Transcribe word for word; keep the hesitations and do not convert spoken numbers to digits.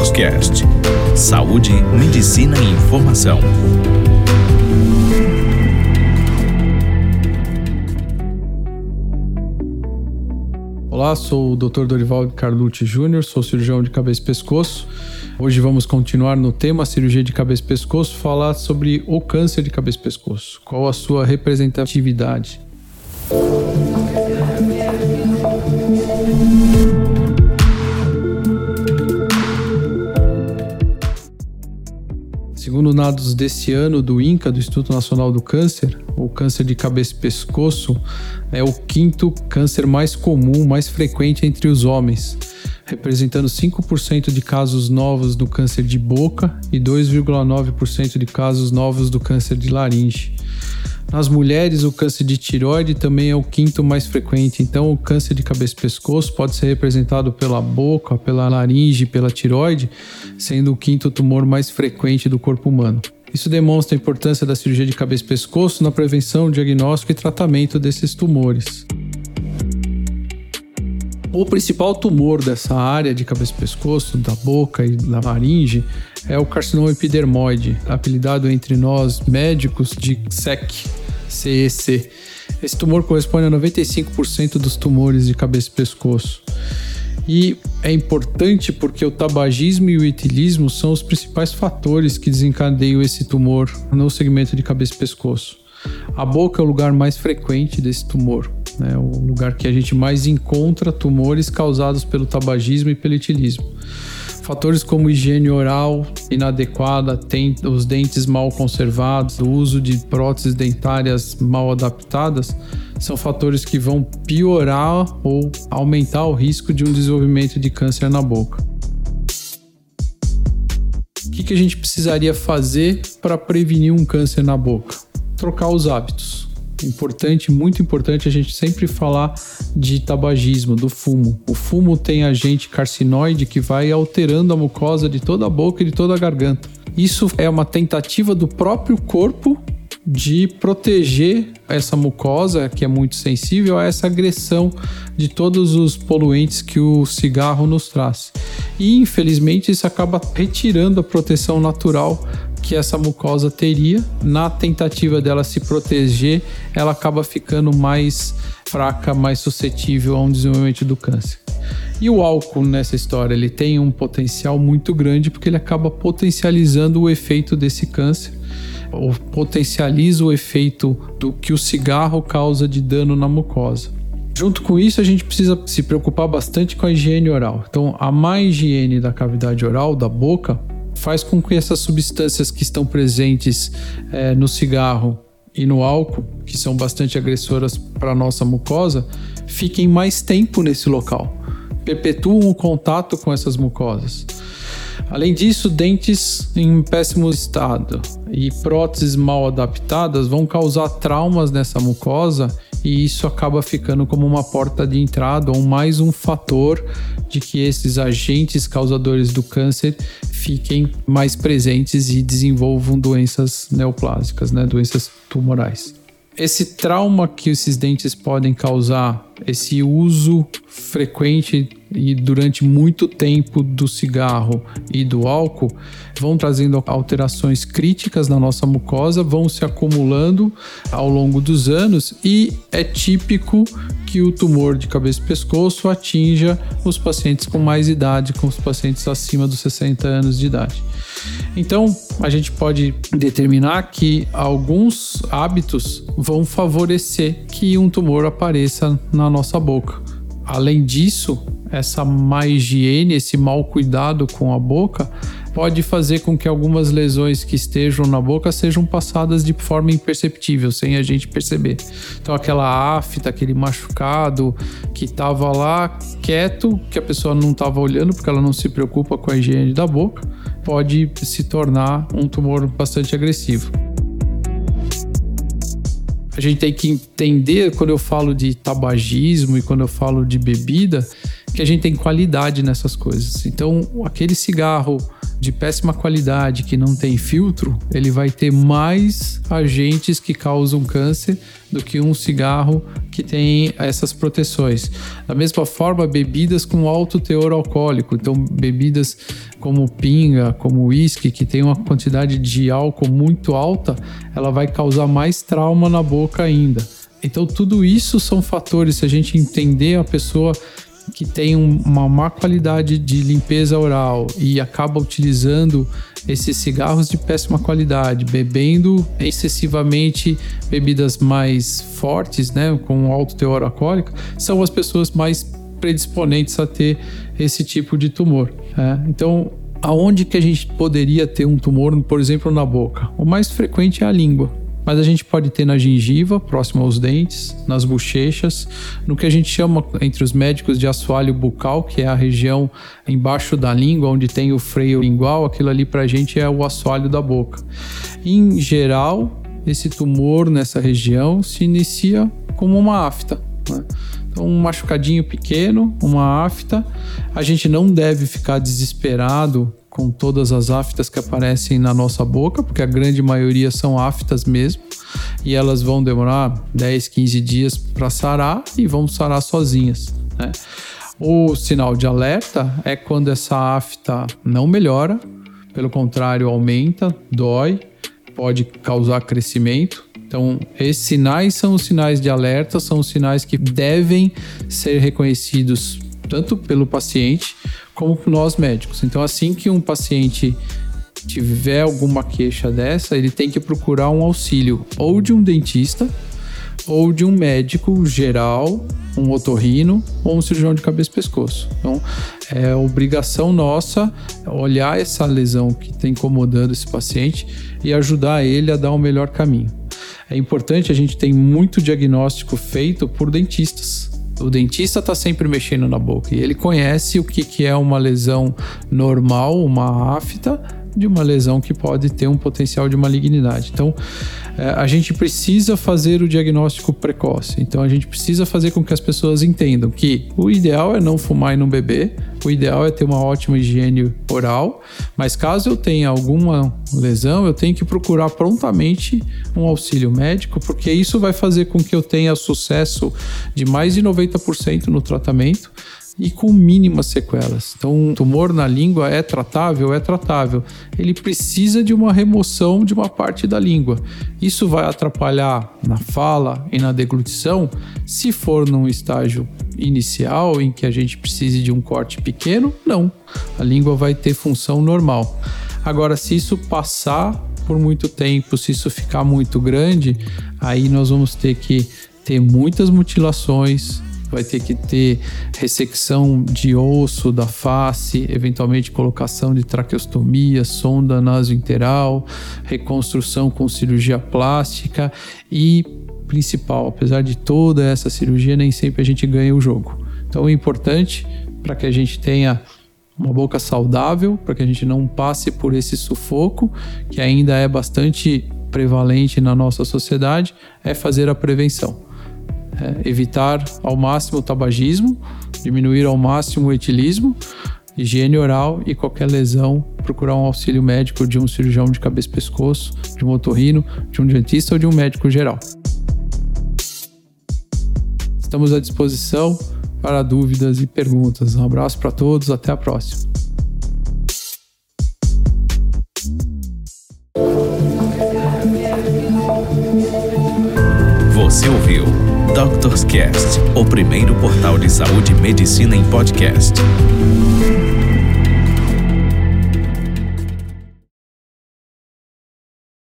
Pescoscast. Saúde, medicina e informação. Olá, sou o doutor Dorival Carlucci Júnior, sou cirurgião de cabeça e pescoço. Hoje vamos continuar no tema cirurgia de cabeça e pescoço, falar sobre o câncer de cabeça e pescoço. Qual a sua representatividade? Segundo dados desse ano do INCA, do Instituto Nacional do Câncer, o câncer de cabeça e pescoço é o quinto câncer mais comum, mais frequente entre os homens, representando cinco por cento de casos novos do câncer de boca e dois vírgula nove por cento de casos novos do câncer de laringe. Nas mulheres, o câncer de tireoide também é o quinto mais frequente, então o câncer de cabeça e pescoço pode ser representado pela boca, pela laringe e pela tireoide, sendo o quinto tumor mais frequente do corpo humano. Isso demonstra a importância da cirurgia de cabeça e pescoço na prevenção, diagnóstico e tratamento desses tumores. O principal tumor dessa área de cabeça e pescoço, da boca e da laringe, é o carcinoma epidermoide, apelidado entre nós médicos de C E C, C E C. Esse tumor corresponde a noventa e cinco por cento dos tumores de cabeça e pescoço. E é importante porque o tabagismo e o etilismo são os principais fatores que desencadeiam esse tumor no segmento de cabeça e pescoço. A boca é o lugar mais frequente desse tumor, né? O lugar que a gente mais encontra tumores causados pelo tabagismo e pelo etilismo. Fatores como higiene oral inadequada, tem os dentes mal conservados, o uso de próteses dentárias mal adaptadas, são fatores que vão piorar ou aumentar o risco de um desenvolvimento de câncer na boca. O que, que a gente precisaria fazer para prevenir um câncer na boca? Trocar os hábitos. Importante, muito importante a gente sempre falar de tabagismo, do fumo. O fumo tem agente carcinoide que vai alterando a mucosa de toda a boca e de toda a garganta. Isso é uma tentativa do próprio corpo de proteger essa mucosa, que é muito sensível a essa agressão de todos os poluentes que o cigarro nos traz. E, infelizmente, isso acaba retirando a proteção natural que essa mucosa teria. Na tentativa dela se proteger, ela acaba ficando mais fraca, mais suscetível a um desenvolvimento do câncer. E o álcool nessa história, ele tem um potencial muito grande porque ele acaba potencializando o efeito desse câncer, ou potencializa o efeito do que o cigarro causa de dano na mucosa. Junto com isso, a gente precisa se preocupar bastante com a higiene oral. Então, a má higiene da cavidade oral, da boca, faz com que essas substâncias que estão presentes é, no cigarro e no álcool, que são bastante agressoras para a nossa mucosa, fiquem mais tempo nesse local, perpetuam o contato com essas mucosas. Além disso, dentes em péssimo estado e próteses mal adaptadas vão causar traumas nessa mucosa e isso acaba ficando como uma porta de entrada ou mais um fator de que esses agentes causadores do câncer fiquem mais presentes e desenvolvam doenças neoplásicas, né? Doenças tumorais. Esse trauma que esses dentes podem causar, esse uso frequente e durante muito tempo do cigarro e do álcool, vão trazendo alterações críticas na nossa mucosa, vão se acumulando ao longo dos anos e é típico que o tumor de cabeça e pescoço atinja os pacientes com mais idade, com os pacientes acima dos sessenta anos de idade. Então, a gente pode determinar que alguns hábitos vão favorecer que um tumor apareça na nossa boca. Além disso, essa má higiene, esse mau cuidado com a boca pode fazer com que algumas lesões que estejam na boca sejam passadas de forma imperceptível, sem a gente perceber. Então aquela afta, aquele machucado que estava lá quieto, que a pessoa não estava olhando porque ela não se preocupa com a higiene da boca, pode se tornar um tumor bastante agressivo. A gente tem que entender, quando eu falo de tabagismo e quando eu falo de bebida, que a gente tem qualidade nessas coisas. Então, aquele cigarro de péssima qualidade, que não tem filtro, ele vai ter mais agentes que causam câncer do que um cigarro que tem essas proteções. Da mesma forma, bebidas com alto teor alcoólico, então bebidas como pinga, como uísque, que tem uma quantidade de álcool muito alta, ela vai causar mais trauma na boca ainda. Então tudo isso são fatores, se a gente entender a pessoa que tem uma má qualidade de limpeza oral e acaba utilizando esses cigarros de péssima qualidade, bebendo excessivamente bebidas mais fortes, né, com alto teor alcoólico, são as pessoas mais predisponentes a ter esse tipo de tumor. Né? Então, aonde que a gente poderia ter um tumor, por exemplo, na boca? O mais frequente é a língua. Mas a gente pode ter na gengiva, próximo aos dentes, nas bochechas, no que a gente chama entre os médicos de assoalho bucal, que é a região embaixo da língua, onde tem o freio lingual, aquilo ali pra gente é o assoalho da boca. Em geral, esse tumor nessa região se inicia como uma afta, né? Então, um machucadinho pequeno, uma afta. A gente não deve ficar desesperado com todas as aftas que aparecem na nossa boca, porque a grande maioria são aftas mesmo, e elas vão demorar dez, quinze dias para sarar e vão sarar sozinhas, né? O sinal de alerta é quando essa afta não melhora, pelo contrário, aumenta, dói, pode causar crescimento. Então, esses sinais são os sinais de alerta, são os sinais que devem ser reconhecidos tanto pelo paciente como por nós médicos. Então, assim que um paciente tiver alguma queixa dessa, ele tem que procurar um auxílio ou de um dentista ou de um médico geral, um otorrino ou um cirurgião de cabeça e pescoço. Então, é obrigação nossa olhar essa lesão que está incomodando esse paciente e ajudar ele a dar o melhor caminho. É importante, a gente tem muito diagnóstico feito por dentistas. O dentista está sempre mexendo na boca e ele conhece o que, que é uma lesão normal, uma afta, de uma lesão que pode ter um potencial de malignidade. Então, a gente precisa fazer o diagnóstico precoce. Então, a gente precisa fazer com que as pessoas entendam que o ideal é não fumar e não beber, o ideal é ter uma ótima higiene oral, mas caso eu tenha alguma lesão, eu tenho que procurar prontamente um auxílio médico, porque isso vai fazer com que eu tenha sucesso de mais de noventa por cento no tratamento e com mínimas sequelas. Então, um tumor na língua é tratável? É tratável. Ele precisa de uma remoção de uma parte da língua. Isso vai atrapalhar na fala e na deglutição? Se for num estágio inicial, em que a gente precise de um corte pequeno, não. A língua vai ter função normal. Agora, se isso passar por muito tempo, se isso ficar muito grande, aí nós vamos ter que ter muitas mutilações, vai ter que ter ressecção de osso da face, eventualmente colocação de traqueostomia, sonda nasointeral, reconstrução com cirurgia plástica e, principal, apesar de toda essa cirurgia, nem sempre a gente ganha o jogo. Então, o importante para que a gente tenha uma boca saudável, para que a gente não passe por esse sufoco, que ainda é bastante prevalente na nossa sociedade, é fazer a prevenção. É, evitar ao máximo o tabagismo, diminuir ao máximo o etilismo, higiene oral e qualquer lesão, procurar um auxílio médico de um cirurgião de cabeça e pescoço, de um otorrino, de um dentista ou de um médico geral. Estamos à disposição para dúvidas e perguntas. Um abraço para todos, até a próxima. Você ouviu Doctors Cast, o primeiro portal de saúde e medicina em podcast.